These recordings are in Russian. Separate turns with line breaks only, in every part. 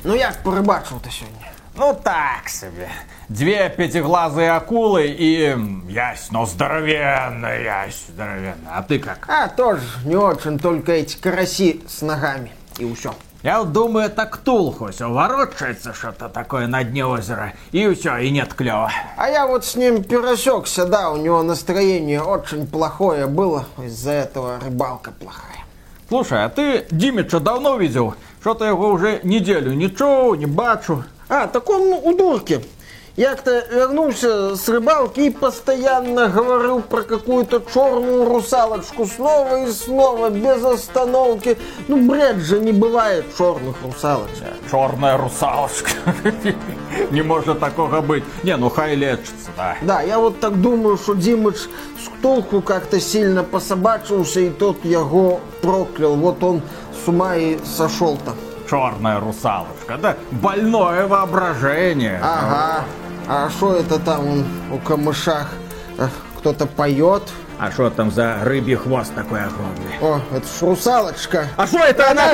Ну як порыбачыў-то сёння?
Ну так себе. 2 пятиглазые акулы и ясь, но здоровенная ясь, здоровенная. А ты как?
А, тоже не очень, только эти караси с ногами. И усё.
Я вот думаю, это Ктулху все ворочается что-то такое на дне озера. И все, и нет клёва.
А я вот с ним пересекся, да, у него настроение очень плохое было. Из-за этого рыбалка плохая.
Слушай, а ты Димича давно видел? Что-то его уже неделю не чуў, не бачу.
А, так он у дурки. Я как-то вернулся с рыбалки и постоянно говорил про какую-то черную русалочку снова и снова, без остановки. Ну, бред же, не бывает черных русалочек.
Черная русалочка. Не может такого быть. Не, ну хай лечится, да.
Да, я вот так думаю, что Димыч с Ктулху как-то сильно пособачился, и тот его проклял. Вот он с ума и сошел-то.
Черная русалочка, да? Больное воображение.
Ага. А что это там у камышах? Кто-то поет?
А что там за рыбий хвост такой огромный?
О, это ж русалочка.
А что это она?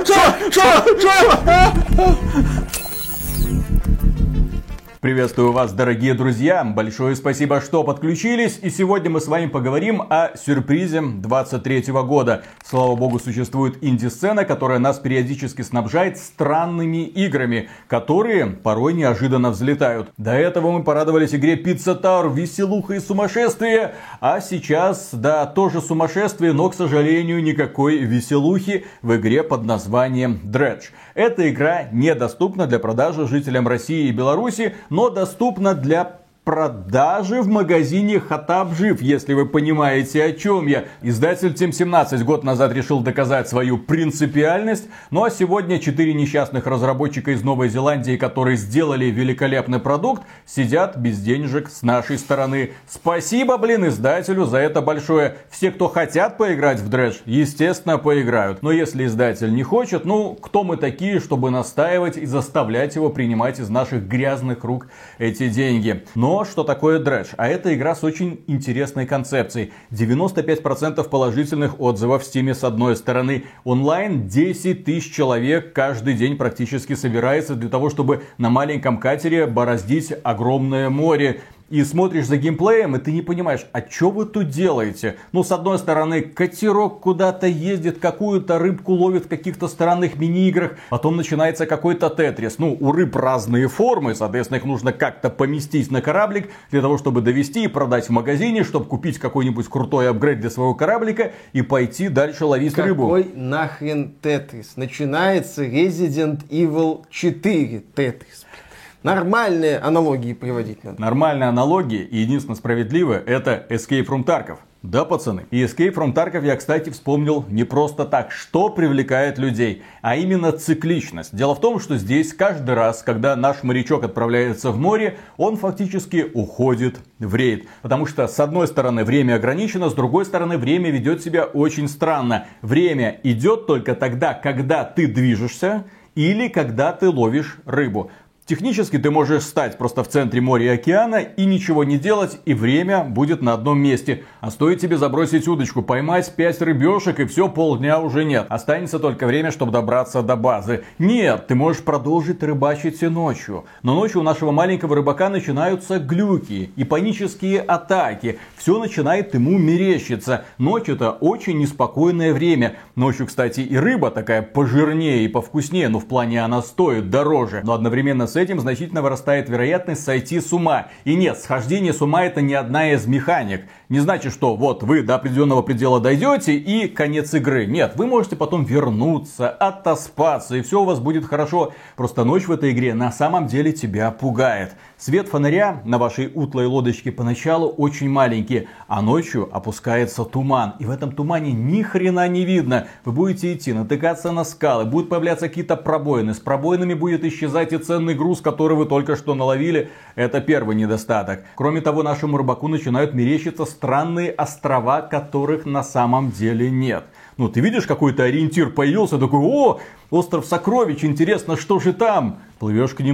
Приветствую вас, дорогие друзья. Большое спасибо, что подключились. И сегодня мы с вами поговорим о сюрпризе 23 года. Слава богу, существует инди-сцена, которая нас периодически снабжает странными играми, которые порой неожиданно взлетают. До этого мы порадовались игре Pizza Tower, веселуха и сумасшествие. А сейчас, да, тоже сумасшествие, но, к сожалению, никакой веселухи в игре под названием Dredge. Эта игра недоступна для продажи жителям России и Беларуси, но доступна для продажи в магазине Хатаб Жив, если вы понимаете, о чем я. Издатель Team 17 год назад решил доказать свою принципиальность. Ну а сегодня 4 несчастных разработчика из Новой Зеландии, которые сделали великолепный продукт, сидят без денежек с нашей стороны. Спасибо, издателю за это большое. Все, кто хотят поиграть в Dredge, естественно, поиграют. Но если издатель не хочет, ну, кто мы такие, чтобы настаивать и заставлять его принимать из наших грязных рук эти деньги? Но что такое Dredge? А это игра с очень интересной концепцией. 95% положительных отзывов в Steam с одной стороны. Онлайн 10 тысяч человек каждый день практически собирается для того, чтобы на маленьком катере бороздить огромное море. И смотришь за геймплеем, и ты не понимаешь, а что вы тут делаете? Ну, с одной стороны, катерок куда-то ездит, какую-то рыбку ловит в каких-то странных мини-играх. Потом начинается какой-то тетрис. Ну, у рыб разные формы, соответственно, их нужно как-то поместить на кораблик, для того, чтобы довести и продать в магазине, чтобы купить какой-нибудь крутой апгрейд для своего кораблика и пойти дальше ловить рыбу.
Какой нахрен тетрис? Начинается Resident Evil 4 тетрис. Нормальные аналогии приводить надо.
Нормальные аналогии и единственно справедливые — это Escape from Tarkov. Да, пацаны? И Escape from Tarkov я, кстати, вспомнил не просто так. Что привлекает людей? А именно цикличность. Дело в том, что здесь каждый раз, когда наш морячок отправляется в море, он фактически уходит в рейд. Потому что, с одной стороны, время ограничено, с другой стороны, время ведет себя очень странно. Время идет только тогда, когда ты движешься или когда ты ловишь рыбу. Технически ты можешь стать просто в центре моря и океана и ничего не делать, и время будет на одном месте. А стоит тебе забросить удочку, поймать 5 рыбешек, и все, полдня уже нет. Останется только время, чтобы добраться до базы. Нет, ты можешь продолжить рыбачить и ночью. Но ночью у нашего маленького рыбака начинаются глюки и панические атаки. Все начинает ему мерещиться. Ночь — это очень неспокойное время. Ночью, кстати, и рыба такая пожирнее и повкуснее, но в плане она стоит дороже. Но одновременно с этим значительно вырастает вероятность сойти с ума. И нет, схождение с ума — это не одна из механик. Не значит, что вот вы до определенного предела дойдете и конец игры. Нет, вы можете потом вернуться, отоспаться, и все у вас будет хорошо. Просто ночь в этой игре на самом деле тебя пугает. Свет фонаря на вашей утлой лодочке поначалу очень маленький, а ночью опускается туман. И в этом тумане ни хрена не видно. Вы будете идти, натыкаться на скалы, будут появляться какие-то пробоины. С пробоинами будет исчезать и ценный груз, который вы только что наловили. Это первый недостаток. Кроме того, нашему рыбаку начинают мерещиться странные острова, которых на самом деле нет. Ну, ты видишь, какой-то ориентир появился, такой: о, остров сокровищ, интересно, что же там? Плывешь к нему,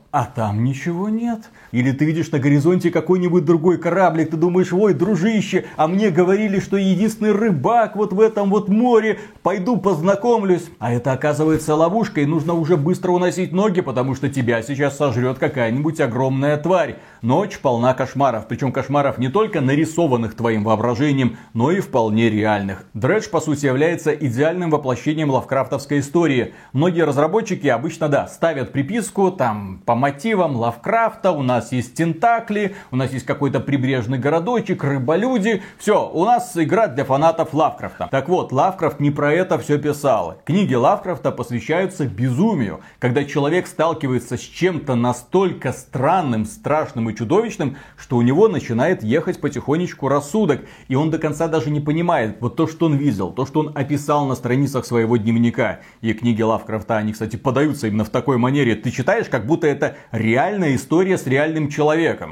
а там ничего нет. Или ты видишь на горизонте какой-нибудь другой кораблик, ты думаешь, ой, дружище, а мне говорили, что единственный рыбак вот в этом вот море, пойду познакомлюсь. А это оказывается ловушка, и нужно уже быстро уносить ноги, потому что тебя сейчас сожрет какая-нибудь огромная тварь. Ночь полна кошмаров, причем кошмаров не только нарисованных твоим воображением, но и вполне реальных. Дредж, по сути, является идеальным воплощением лавкрафтовской истории. Многие разработчики обычно, ставят приписку там по мотивам Лавкрафта, у нас есть тентакли, у нас есть какой-то прибрежный городочек, рыболюди. Все, у нас игра для фанатов Лавкрафта. Так вот, Лавкрафт не про это все писал. Книги Лавкрафта посвящаются безумию, когда человек сталкивается с чем-то настолько странным, страшным и чудовищным, что у него начинает ехать потихонечку рассудок, и он до конца даже не понимает вот то, что он видел, то, что он описал на страницах своего дневника. И книги Лавкрафта, они, кстати, подаются именно в такой манере. Ты читаешь, как будто это реальная история с реальным человеком.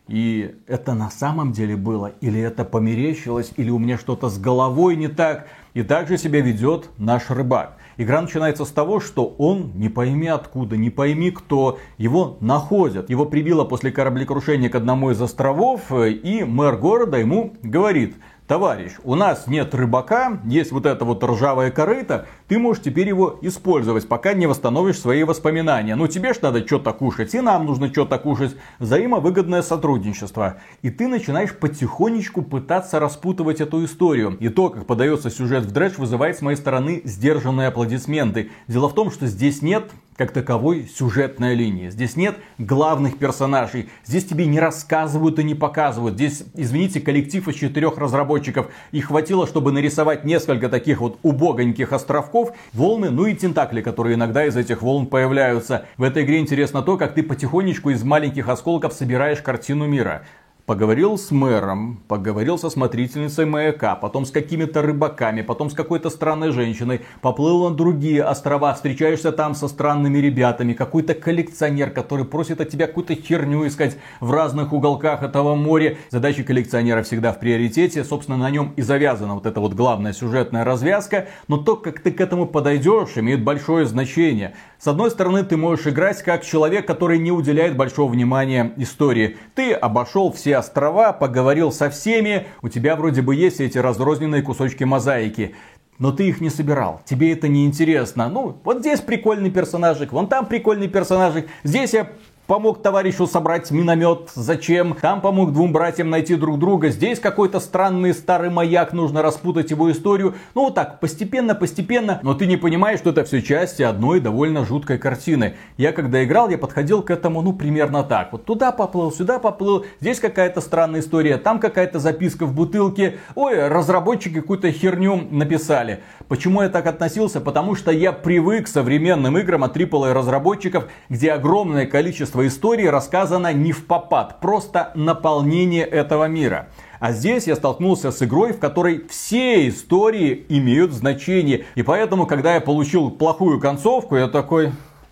И это на самом деле было, или это померещилось, или у меня что-то с головой не так. И также себя ведет наш рыбак. Игра начинается с того, что он, не пойми откуда, не пойми кто, его находят. Его прибило после кораблекрушения к одному из островов, и мэр города ему говорит: товарищ, у нас нет рыбака, есть вот это вот ржавое корыто, ты можешь теперь его использовать, пока не восстановишь свои воспоминания. Ну тебе ж надо что-то кушать, и нам нужно что-то кушать. Взаимовыгодное сотрудничество. И ты начинаешь потихонечку пытаться распутывать эту историю. И то, как подается сюжет в Дредж, вызывает с моей стороны сдержанные аплодисменты. Дело в том, что здесь нет как таковой сюжетной линии. Здесь нет главных персонажей. Здесь тебе не рассказывают и не показывают. Здесь, извините, коллектив из 4 разработчиков. Их хватило, чтобы нарисовать несколько таких вот убогоньких островков, волны, ну и тентакли, которые иногда из этих волн появляются. В этой игре интересно то, как ты потихонечку из маленьких осколков собираешь картину мира. Поговорил с мэром, поговорил со смотрительницей маяка, потом с какими-то рыбаками, потом с какой-то странной женщиной. Поплыл на другие острова, встречаешься там со странными ребятами. Какой-то коллекционер, который просит от тебя какую-то херню искать в разных уголках этого моря. Задачи коллекционера всегда в приоритете. Собственно, на нем и завязана вот эта вот главная сюжетная развязка. Но то, как ты к этому подойдешь, имеет большое значение. С одной стороны, ты можешь играть как человек, который не уделяет большого внимания истории. Ты обошел все острова, поговорил со всеми, у тебя вроде бы есть эти разрозненные кусочки мозаики. Но ты их не собирал, тебе это не интересно. Ну, вот здесь прикольный персонажик, вон там прикольный персонажик, здесь я помог товарищу собрать миномет. Зачем? Там помог 2 братьям найти друг друга. Здесь какой-то странный старый маяк. Нужно распутать его историю. Ну вот так, постепенно. Но ты не понимаешь, что это все части одной довольно жуткой картины. Я когда играл, я подходил к этому, примерно так. Вот туда поплыл, сюда поплыл. Здесь какая-то странная история. Там какая-то записка в бутылке. Ой, разработчики какую-то херню написали. Почему я так относился? Потому что я привык к современным играм от AAA разработчиков, где огромное количество истории рассказано не впопад, просто наполнение этого мира. А здесь я столкнулся с игрой, в которой все истории имеют значение. И поэтому, когда я получил плохую концовку, я такой: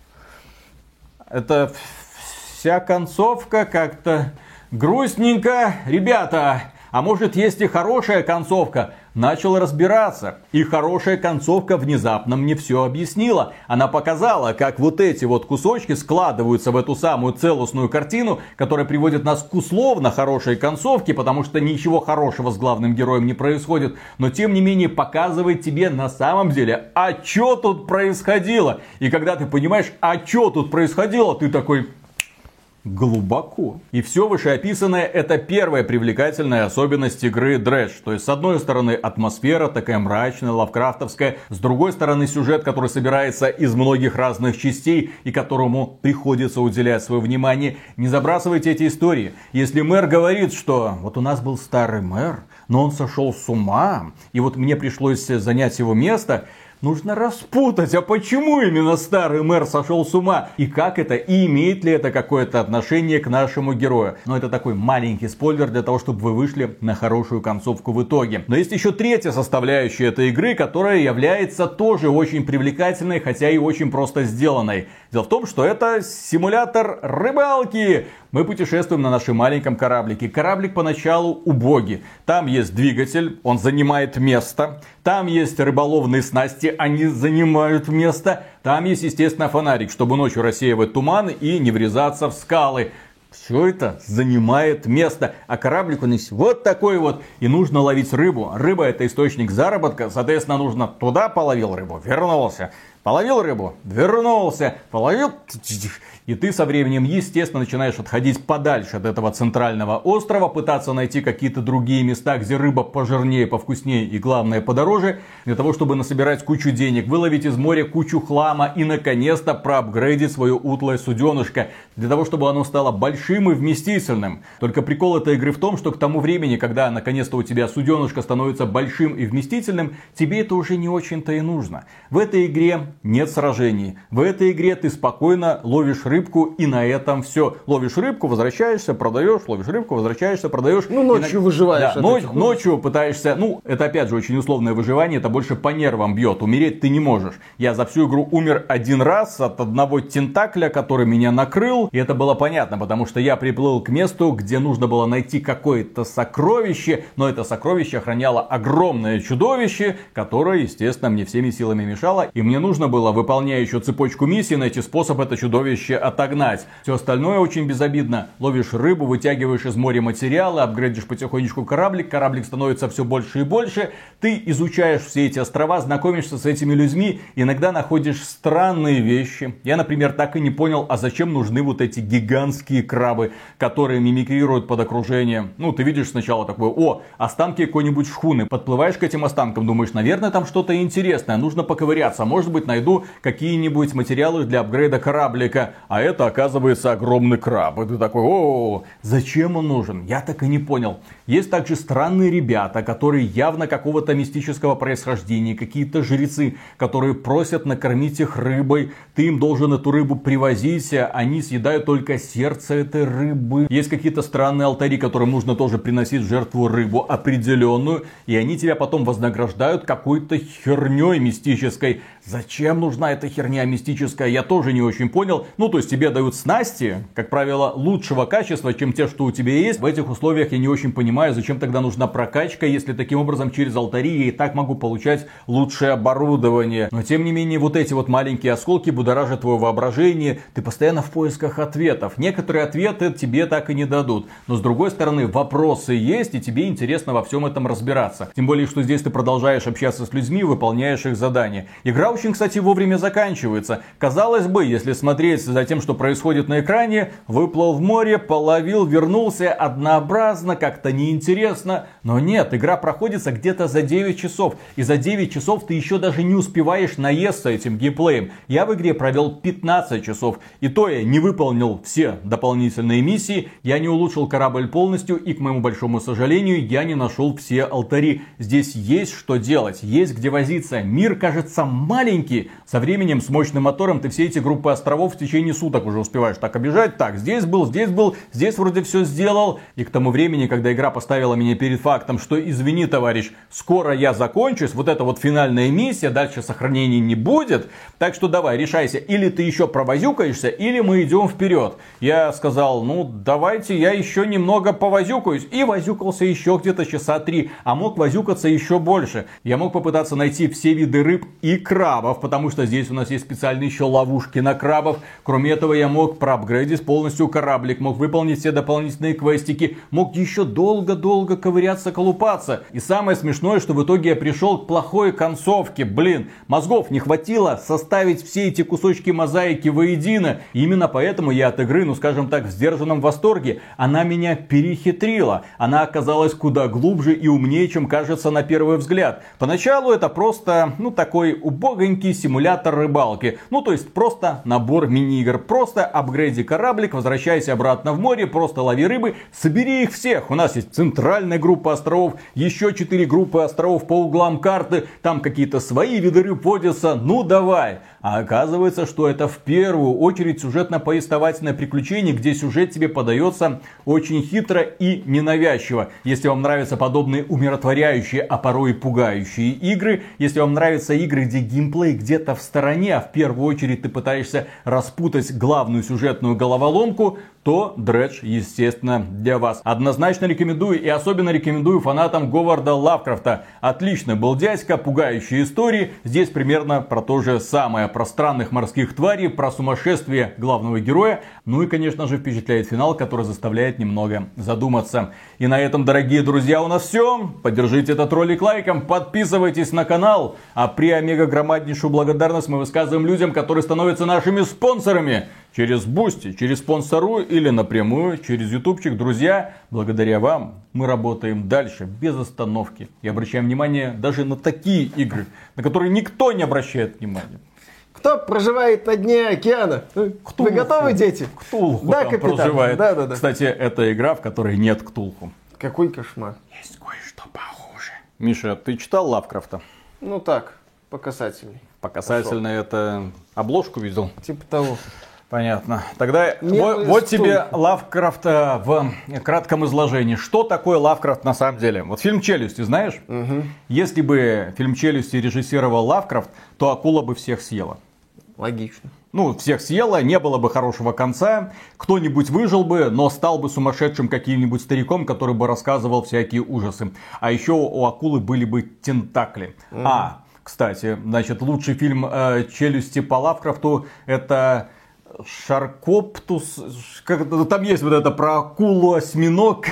это вся концовка как-то грустненько. Ребята, а может есть и хорошая концовка? Начал разбираться. И хорошая концовка внезапно мне все объяснила. Она показала, как вот эти вот кусочки складываются в эту самую целостную картину, которая приводит нас к условно хорошей концовке, потому что ничего хорошего с главным героем не происходит. Но тем не менее показывает тебе на самом деле, а что тут происходило. И когда ты понимаешь, а что тут происходило, ты такой: глубоко. И все вышеописанное — это первая привлекательная особенность игры Dredge. То есть, с одной стороны, атмосфера такая мрачная, лавкрафтовская. С другой стороны, сюжет, который собирается из многих разных частей и которому приходится уделять свое внимание. Не забрасывайте эти истории. Если мэр говорит, что вот у нас был старый мэр, но он сошел с ума, и вот мне пришлось занять его место, нужно распутать, а почему именно старый мэр сошел с ума? И как это? И имеет ли это какое-то отношение к нашему герою? Но это такой маленький спойлер для того, чтобы вы вышли на хорошую концовку в итоге. Но есть еще третья составляющая этой игры, которая является тоже очень привлекательной, хотя и очень просто сделанной. Дело в том, что это симулятор рыбалки. Мы путешествуем на нашем маленьком кораблике. Кораблик поначалу убогий. Там есть двигатель, он занимает место. Там есть рыболовные снасти, они занимают место. Там есть, естественно, фонарик, чтобы ночью рассеивать туман и не врезаться в скалы. Все это занимает место. А кораблик он есть вот такой вот. И нужно ловить рыбу. Рыба — это источник заработка. Соответственно, нужно туда половил рыбу, вернулся. Половил рыбу, вернулся, половил. И ты со временем, естественно, начинаешь отходить подальше от этого центрального острова, пытаться найти какие-то другие места, где рыба пожирнее, повкуснее и, главное, подороже, для того, чтобы насобирать кучу денег, выловить из моря кучу хлама и, наконец-то, проапгрейдить свое утлое суденышко, для того, чтобы оно стало большим и вместительным. Только прикол этой игры в том, что к тому времени, когда, наконец-то, у тебя суденышко становится большим и вместительным, тебе это уже не очень-то и нужно. В этой игре нет сражений. В этой игре ты спокойно ловишь рыбку, и на этом все. Ловишь рыбку, возвращаешься, продаешь, ловишь рыбку, возвращаешься, продаешь.
Ну, ночью выживаешь.
Да, ночью пытаешься, это опять же очень условное выживание, это больше по нервам бьет. Умереть ты не можешь. Я за всю игру умер один раз от одного тентакля, который меня накрыл. И это было понятно, потому что я приплыл к месту, где нужно было найти какое-то сокровище, но это сокровище охраняло огромное чудовище, которое, естественно, мне всеми силами мешало. И мне нужно было, выполняя еще цепочку миссий, найти способ это чудовище отогнать. Все остальное очень безобидно. Ловишь рыбу, вытягиваешь из моря материалы, апгрейдишь потихонечку кораблик. Кораблик становится все больше и больше. Ты изучаешь все эти острова, знакомишься с этими людьми. Иногда находишь странные вещи. Я, например, так и не понял, а зачем нужны вот эти гигантские крабы, которые мимикрируют под окружением. Ты видишь сначала такое: о, останки какой-нибудь шхуны. Подплываешь к этим останкам, думаешь, наверное, там что-то интересное. Нужно поковыряться. Может быть, найду какие-нибудь материалы для апгрейда кораблика. А это, оказывается, огромный краб. И ты такой: о, зачем он нужен? Я так и не понял. Есть также странные ребята, которые явно какого-то мистического происхождения. Какие-то жрецы, которые просят накормить их рыбой. Ты им должен эту рыбу привозить. Они съедают только сердце этой рыбы. Есть какие-то странные алтари, которым нужно тоже приносить в жертву рыбу определенную. И они тебя потом вознаграждают какой-то херней мистической. Зачем нужна эта херня мистическая, я тоже не очень понял. То есть тебе дают снасти, как правило, лучшего качества, чем те, что у тебя есть. В этих условиях я не очень понимаю, зачем тогда нужна прокачка, если таким образом через алтари я и так могу получать лучшее оборудование. Но тем не менее, вот эти вот маленькие осколки будоражат твое воображение. Ты постоянно в поисках ответов. Некоторые ответы тебе так и не дадут. Но с другой стороны, вопросы есть, и тебе интересно во всем этом разбираться. Тем более, что здесь ты продолжаешь общаться с людьми, выполняешь их задания. Игра очень, кстати, вовремя заканчивается. Казалось бы, если смотреть за тем, что происходит на экране, выплыл в море, половил, вернулся, однообразно, как-то неинтересно. Но нет, игра проходится где-то за 9 часов. И за 9 часов ты еще даже не успеваешь наесться этим геймплеем. Я в игре провел 15 часов. И то я не выполнил все дополнительные миссии, я не улучшил корабль полностью, и, к моему большому сожалению, я не нашел все алтари. Здесь есть что делать, есть где возиться. Мир кажется маленький. Со временем, с мощным мотором, ты все эти группы островов в течение суток уже успеваешь так обижать. Так, здесь был, здесь вроде все сделал. И к тому времени, когда игра поставила меня перед фактом, что, извини, товарищ, скоро я закончусь, вот это вот финальная миссия, дальше сохранений не будет. Так что давай, решайся, или ты еще провозюкаешься, или мы идем вперед. Я сказал, давайте я еще немного повозюкаюсь. И возюкался еще где-то часа 3, а мог возюкаться еще больше. Я мог попытаться найти все виды рыб и крабов, потому что здесь у нас есть специальные еще ловушки на крабов. Кроме этого, я мог проапгрейдить полностью кораблик, мог выполнить все дополнительные квестики, мог еще долго-долго ковыряться, колупаться. И самое смешное, что в итоге я пришел к плохой концовке. Мозгов не хватило составить все эти кусочки мозаики воедино. И именно поэтому я от игры, скажем так, в сдержанном восторге. Она меня перехитрила. Она оказалась куда глубже и умнее, чем кажется на первый взгляд. Поначалу это просто, такой убогонький симулятор рыбалки. То есть просто набор мини-игр. Просто апгрейди кораблик, возвращайся обратно в море, просто лови рыбы, собери их всех. У нас есть центральная группа островов, еще 4 группы островов по углам карты. Там какие-то свои виды рыб водятся. Давай. А оказывается, что это в первую очередь сюжетно-повествовательное приключение, где сюжет тебе подается очень хитро и ненавязчиво. Если вам нравятся подобные умиротворяющие, а порой и пугающие игры, если вам нравятся игры, где геймплей где-то в стороне, а в первую очередь ты пытаешься распутать главную сюжетную головоломку, то Дредж, естественно, для вас. Однозначно рекомендую, и особенно рекомендую фанатам Говарда Лавкрафта. Отличный был дядька, пугающие истории. Здесь примерно про то же самое. Про странных морских тварей, про сумасшествие главного героя. Ну и, конечно же, впечатляет финал, который заставляет немного задуматься. И на этом, дорогие друзья, у нас все. Поддержите этот ролик лайком, подписывайтесь на канал. А при омега громаднейшую благодарность мы высказываем людям, которые становятся нашими спонсорами. Через Бусти, через Спонсору или напрямую через ютубчик. Друзья, благодаря вам мы работаем дальше, без остановки. И обращаем внимание даже на такие игры, на которые никто не обращает внимания.
Кто проживает на дне океана?
Ктулху.
Вы готовы, дети?
Ктулху
Да,
там
капитан.
проживает.
Да.
Кстати, это игра, в которой нет Ктулху.
Какой кошмар.
Есть кое-что похуже. Миша, ты читал Лавкрафта?
Ну так, по касательной.
По касательной это обложку видел?
Типа того.
Понятно. Тогда
Милый
вот
стул.
тебе Лавкрафта в кратком изложении. Что такое Лавкрафт на самом деле? Вот фильм «Челюсти», знаешь? Если бы фильм «Челюсти» режиссировал Лавкрафт, то акула бы всех съела.
Логично.
Ну, всех съела, не было бы хорошего конца, кто-нибудь выжил бы, но стал бы сумасшедшим каким-нибудь стариком, который бы рассказывал всякие ужасы. А еще у акулы были бы тентакли. Кстати, значит, лучший фильм «Челюсти» по Лавкрафту это Шаркоптус. Там есть вот это про акулу-осьминог.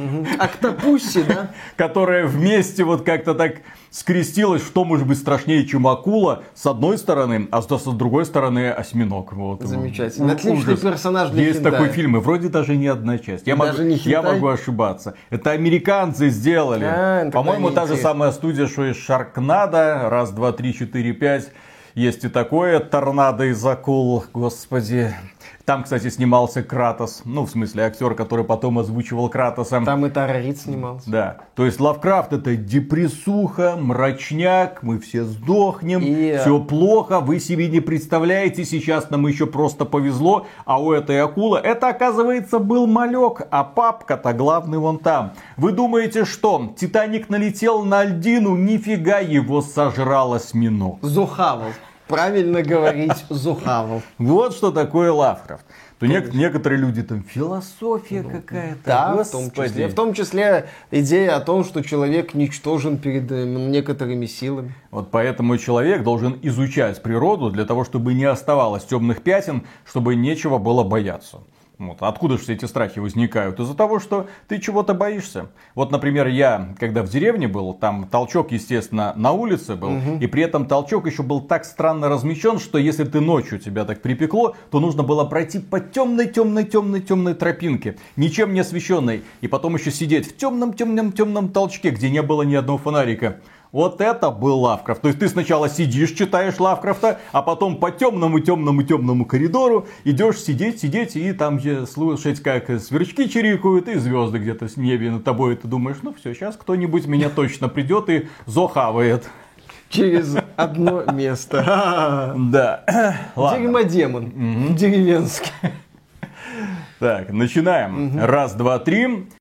Октопусси, да?
Которая вместе вот как-то так скрестилась, что может быть страшнее, чем акула, с одной стороны, а с другой стороны осьминог. Вот.
Замечательно. Отличный персонаж для
Есть
хентая.
такой фильм, и вроде даже не одна часть. Я
Не
я могу ошибаться. Это американцы сделали. По-моему, та же самая студия, что и Шаркнадо. Раз, два, три, четыре, пять. Есть и такое торнадо из акул, господи. Там, кстати, снимался Кратос. Ну, в смысле, актер, который потом озвучивал Кратоса.
Там и Тарарит снимался.
Да. То есть Лавкрафт это депрессуха, мрачняк, мы все сдохнем, все плохо, вы себе не представляете, сейчас нам еще просто повезло, а у этой акулы это, оказывается, был малек, а папка-то главный вон там. Вы думаете, что Титаник налетел на льдину, нифига его сожрал осьминог.
Зухавал. Правильно говорить, зухавал.
Вот что такое Лавкрафт. То некоторые люди там философия какая-то.
Да,
Господи.
в том числе идея о том, что человек ничтожен перед некоторыми силами.
Вот поэтому человек должен изучать природу для того, чтобы не оставалось темных пятен, чтобы нечего было бояться. Вот. Откуда же все эти страхи возникают? Из-за того, что ты чего-то боишься. Вот, например, я, когда в деревне был, там толчок, естественно, на улице был. И при этом толчок еще был так странно размещен, что если ты ночью тебя так припекло, то нужно было пройти по темной тропинке, ничем не освещенной. И потом еще сидеть в темном толчке, где не было ни одного фонарика. Вот это был Лавкрафт. То есть ты сначала сидишь, читаешь Лавкрафта, а потом по темному коридору идешь сидеть и там слушать, как сверчки чирикают и звезды где-то с небе над тобой. И ты думаешь, ну все, сейчас кто-нибудь меня точно придет и зохавает.
Через одно место.
Да.
Дерьмодемон. Деревенский.
Так, начинаем. Раз, два, три.